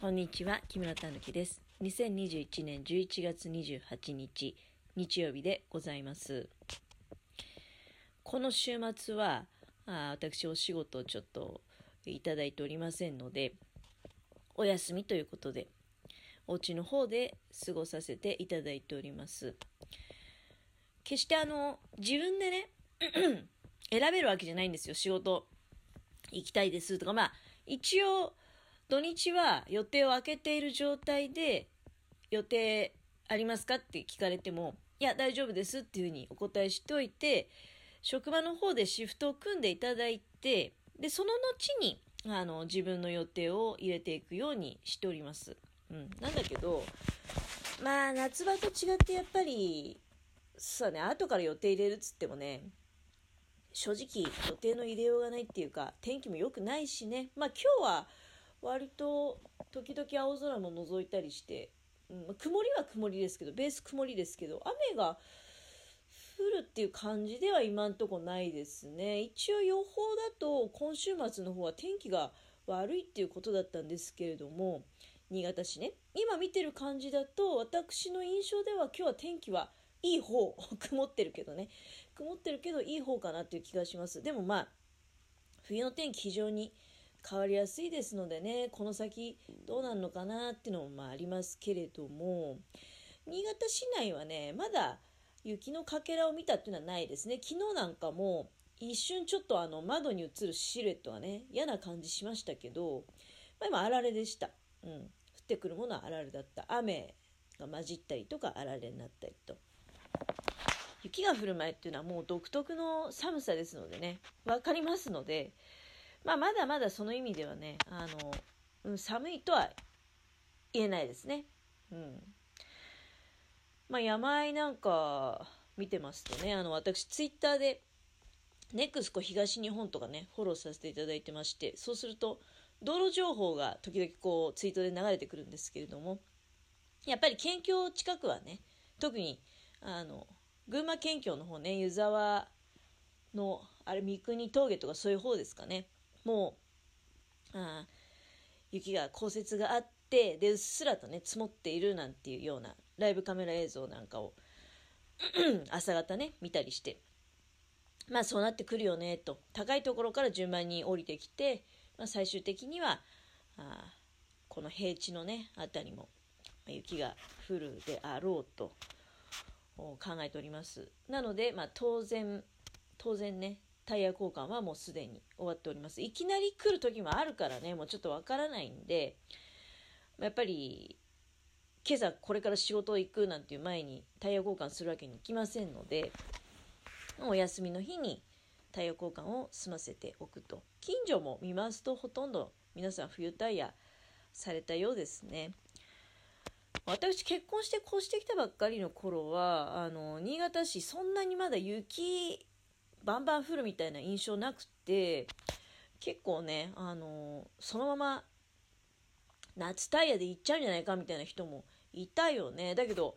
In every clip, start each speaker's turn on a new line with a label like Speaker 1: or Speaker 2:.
Speaker 1: こんにちは、木村たぬきです。2021年11月28日、日曜日でございます。この週末は、私お仕事をちょっといただいておりませんので、お休みということで、お家の方で過ごさせていただいております。決して自分でね、選べるわけじゃないんですよ。仕事行きたいですとか、一応、土日は予定を空けている状態で予定ありますかって聞かれても、いや大丈夫ですっていうふうにお答えしておいて、職場の方でシフトを組んでいただいて、でその後に自分の予定を入れていくようにしております。なんだけど、夏場と違ってやっぱりそうね、後から予定入れるっつってもね、正直予定の入れようがないっていうか、天気も良くないしね。今日は割と時々青空も覗いたりして、曇りは曇りですけど、ベース曇りですけど、雨が降るっていう感じでは今んとこないですね。一応予報だと今週末の方は天気が悪いっていうことだったんですけれども、新潟市ね、今見てる感じだと私の印象では今日は天気はいい方曇ってるけどね、曇ってるけどいい方かなっていう気がします。でも冬の天気非常に変わりやすいですのでね、この先どうなるのかなっていうのもありますけれども、新潟市内はね、まだ雪のかけらを見たっていうのはないですね。昨日なんかも一瞬ちょっと窓に映るシルエットがね、嫌な感じしましたけど、今あられでした。降ってくるものはあられだった。雨が混じったりとかあられになったりと。雪が降る前っていうのはもう独特の寒さですのでね、わかりますので、まだまだその意味ではね、寒いとは言えないですね。山あいなんか見てますとね、私ツイッターでネクスコ東日本とかね、フォローさせていただいてまして、そうすると道路情報が時々こうツイートで流れてくるんですけれども、やっぱり県境近くはね、特に群馬県境の方ね、湯沢の三国峠とかそういう方ですかね、もう雪が降雪があって、でうっすらとね積もっているなんていうようなライブカメラ映像なんかを朝方ね見たりして、そうなってくるよねと、高いところから順番に降りてきて、最終的にはこの平地のねあたりも雪が降るであろうと考えております。なので、当然ね、タイヤ交換はもうすでに終わっております。いきなり来る時もあるからね、もうちょっとわからないんで、やっぱり今朝これから仕事行くなんていう前にタイヤ交換するわけにいきませんので、お休みの日にタイヤ交換を済ませておくと。近所も見ますとほとんど皆さん冬タイヤされたようですね。私結婚して越してきたばっかりの頃は新潟市そんなにまだ雪バンバン降るみたいな印象なくて、結構ねそのまま夏タイヤで行っちゃうんじゃないかみたいな人もいたよね。だけど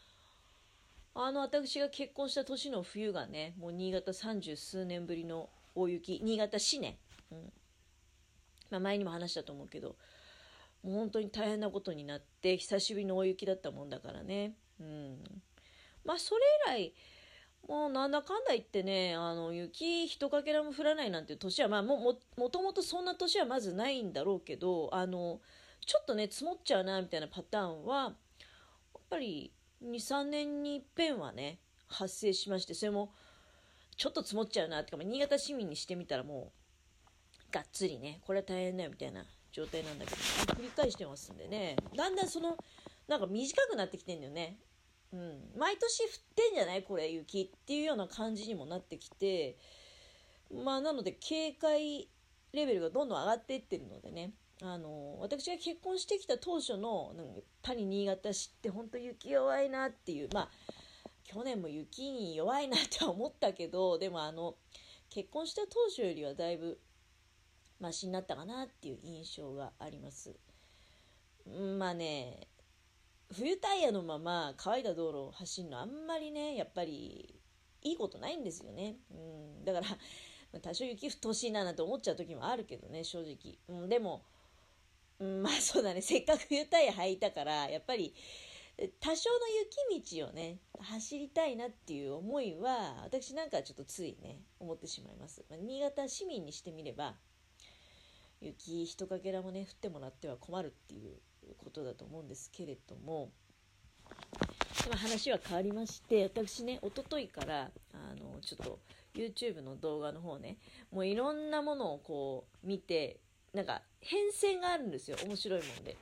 Speaker 1: 私が結婚した年の冬がね、もう新潟30数年ぶりの大雪、新潟市ね、前にも話したと思うけど、もう本当に大変なことになって久しぶりの大雪だったもんだからね。それ以来もうなんだかんだ言ってね、雪一かけらも降らないなんていう年はもともとそんな年はまずないんだろうけど、ちょっとね積もっちゃうなみたいなパターンはやっぱり2、3年に一遍はね発生しまして、それもちょっと積もっちゃうなってか、新潟市民にしてみたらもうがっつりね、これは大変だよみたいな状態なんだけど、繰り返してますんでね、だんだんなんか短くなってきてんだよね。毎年降ってんじゃないこれ雪っていうような感じにもなってきて、なので警戒レベルがどんどん上がっていってるのでね、私が結婚してきた当初のやっぱり新潟市って本当雪弱いなっていう、去年も雪に弱いなって思ったけど、でも結婚した当初よりはだいぶマシになったかなっていう印象があります。冬タイヤのまま乾いた道路を走るのあんまりねやっぱりいいことないんですよね。だから多少雪降ってほしいななんて思っちゃう時もあるけどね、正直。でもまあそうだね、せっかく冬タイヤ履いたからやっぱり多少の雪道をね走りたいなっていう思いは私なんかはちょっとついね思ってしまいます。新潟市民にしてみれば雪一かけらもね降ってもらっては困るっていうことだと思うんですけれども、でも話は変わりまして、私ね一昨日からちょっと YouTube の動画の方ね、もういろんなものをこう見て、なんか変遷があるんですよ、面白いもんで。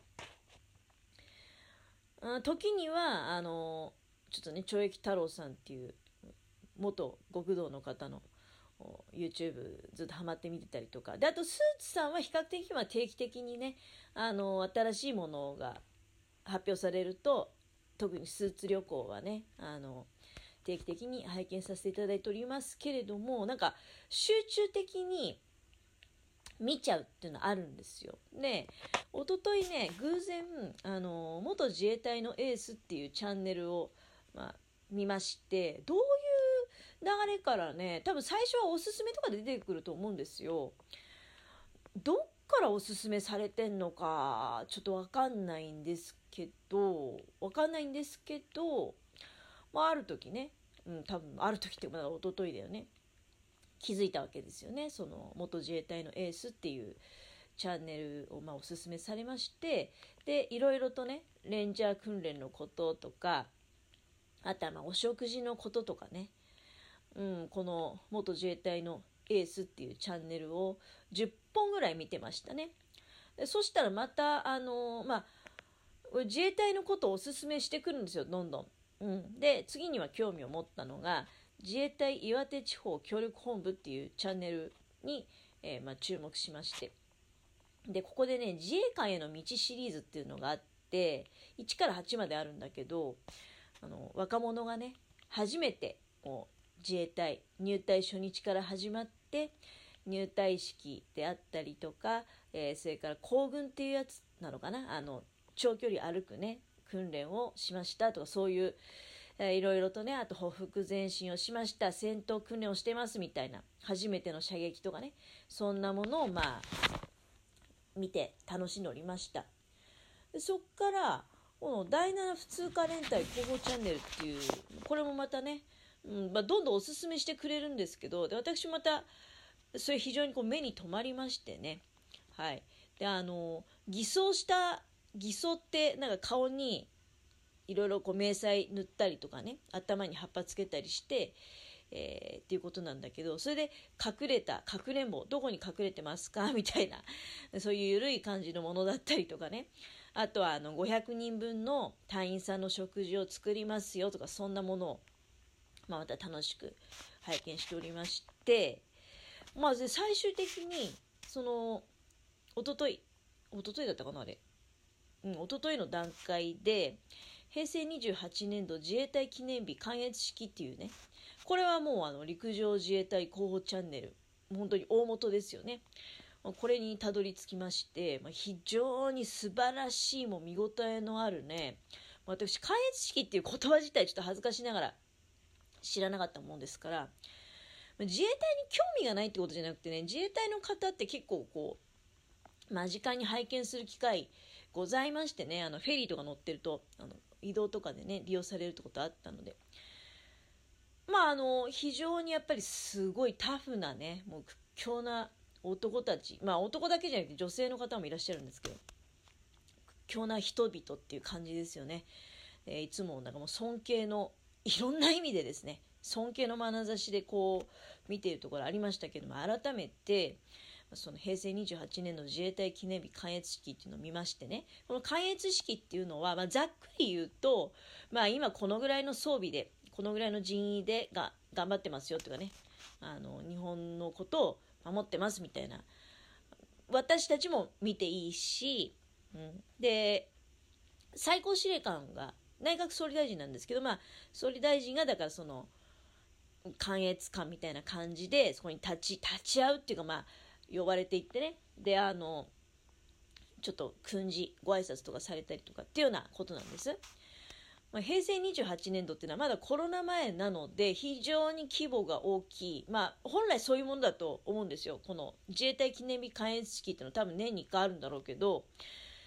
Speaker 1: 時にはちょっとね懲役太郎さんっていう元極道の方の YouTube ずっとハマって見てたりとかで、あとスーツさんは比較的定期的にね新しいものが発表されると、特にスーツ旅行はね定期的に拝見させていただいておりますけれども、なんか集中的に見ちゃうっていうのあるんですよ。で、一昨日ね偶然元自衛隊のエースっていうチャンネルを、見まして、どういう流れからね、多分最初はおすすめとかで出てくると思うんですよ。どっからおすすめされてんのかちょっとわかんないんですけど、ある時ね、多分ある時ってまだ一昨日だよね、気づいたわけですよね。その元自衛隊のエースっていうチャンネルをおすすめされまして、でいろいろとねレンジャー訓練のこととか、あとはお食事のこととかね、この元自衛隊のエースっていうチャンネルを10本ぐらい見てましたね。でそしたらまた自衛隊のことをおすすめしてくるんですよ、どんどん。で次には興味を持ったのが自衛隊岩手地方協力本部っていうチャンネルに、注目しまして、でここでね自衛官への道シリーズっていうのがあって、1から8まであるんだけど、若者がね初めて自衛隊入隊初日から始まって入隊式であったりとか、それから行軍っていうやつなのかな、長距離歩くね訓練をしましたとか、そういういろいろとね、あと歩幅前進をしました、戦闘訓練をしてますみたいな、初めての射撃とかね、そんなものを見て楽しんでおりました。でそっからこの第7普通科連隊広報チャンネルっていう、これもまたね、どんどんおすすめしてくれるんですけど、で私またそれ非常に目に留まりましてね、はい。で偽装ってなんか顔にいろいろ迷彩塗ったりとかね、頭に葉っぱつけたりして、っていうことなんだけど、それでかくれんぼどこに隠れてますかみたいな、そういう緩い感じのものだったりとかね、あとは500人分の隊員さんの食事を作りますよとか、そんなものを、また楽しく拝見しておりまして、最終的にその一昨日だったかなあれ、一昨日の段階で平成28年度自衛隊記念日観閲式っていうね、これはもう陸上自衛隊広報チャンネル、本当に大元ですよね。これにたどり着きまして、非常に素晴らしい見応えのあるね、私観閲式っていう言葉自体ちょっと恥ずかしながら知らなかったもんですから、自衛隊に興味がないってことじゃなくてね、自衛隊の方って結構間近に拝見する機会ございましてね、フェリーとか乗ってると移動とかでね利用されるってことあったので、非常にやっぱりすごいタフなね、もう屈強な男たち、男だけじゃなくて女性の方もいらっしゃるんですけど、屈強な人々っていう感じですよね。いつもなんかもう尊敬のいろんな意味でですね、尊敬の眼差しで見ているところありましたけども、改めてその平成28年の自衛隊記念日観閲式っていうのを見ましてね、この観閲式っていうのは、ざっくり言うと、今このぐらいの装備でこのぐらいの人員で頑張ってますよとかね、日本のことを守ってますみたいな、私たちも見ていいし、で最高司令官が内閣総理大臣なんですけど、総理大臣がだからその観閲官みたいな感じでそこに立ち会うっていうか、呼ばれていってね、でちょっと訓示ご挨拶とかされたりとかっていうようなことなんです。平成28年度っていうのはまだコロナ前なので非常に規模が大きい、本来そういうものだと思うんですよ。この自衛隊記念日観閲式っていうのは多分年に1回あるんだろうけど、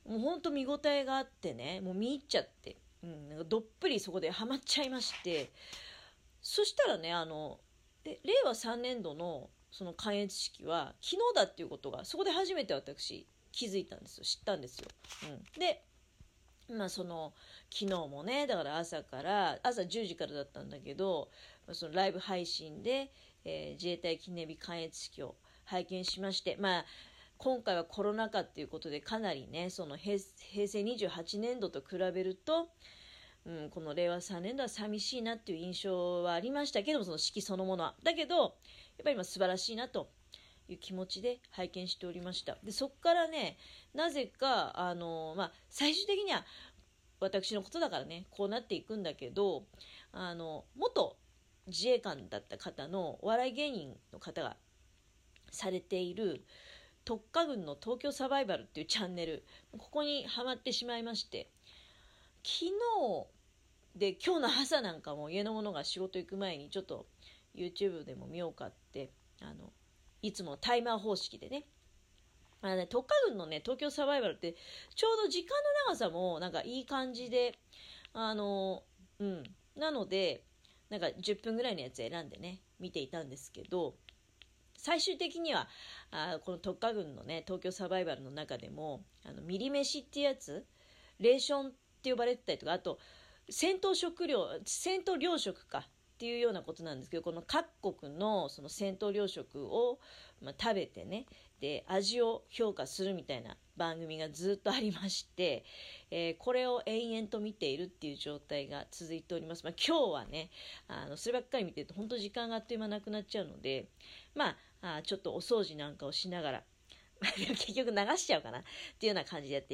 Speaker 1: もうほんと見応えがあってね、もう見入っちゃって、なんかどっぷりそこでハマっちゃいまして、そしたらね、令和3年度のその観閲式は昨日だっていうことが、そこで初めて私気づいたんですよ、知ったんですよ。で、その昨日もね、だから朝10時からだったんだけど、そのライブ配信で、自衛隊記念日観閲式を拝見しまして、今回はコロナ禍っていうことでかなりね、その平成28年度と比べると、この令和3年度は寂しいなっていう印象はありましたけども、その式そのものは。だけど、やっぱり今素晴らしいなという気持ちで拝見しておりました。で、そっからね、なぜか、最終的には私のことだからね、こうなっていくんだけど、元自衛官だった方のお笑い芸人の方がされている特化軍の東京サバイバルっていうチャンネル、ここにハマってしまいまして、昨日で今日の朝なんかも家の者が仕事行く前にちょっと YouTube でも見ようかっていつもタイマー方式でね、特化軍のね東京サバイバルってちょうど時間の長さもなんかいい感じでなのでなんか10分ぐらいのやつ選んでね見ていたんですけど、最終的にはこの特化軍のね東京サバイバルの中でもミリ飯っていうやつ、レーションって呼ばれてたりとか、あと戦闘糧食かっていうようなことなんですけど、この各国のその戦闘糧食を、食べてね、で味を評価するみたいな番組がずっとありまして、これを延々と見ているっていう状態が続いております。今日はねそればっかり見てると本当時間があっという間なくなっちゃうので、ちょっとお掃除なんかをしながら結局流しちゃうかなっていうような感じでやって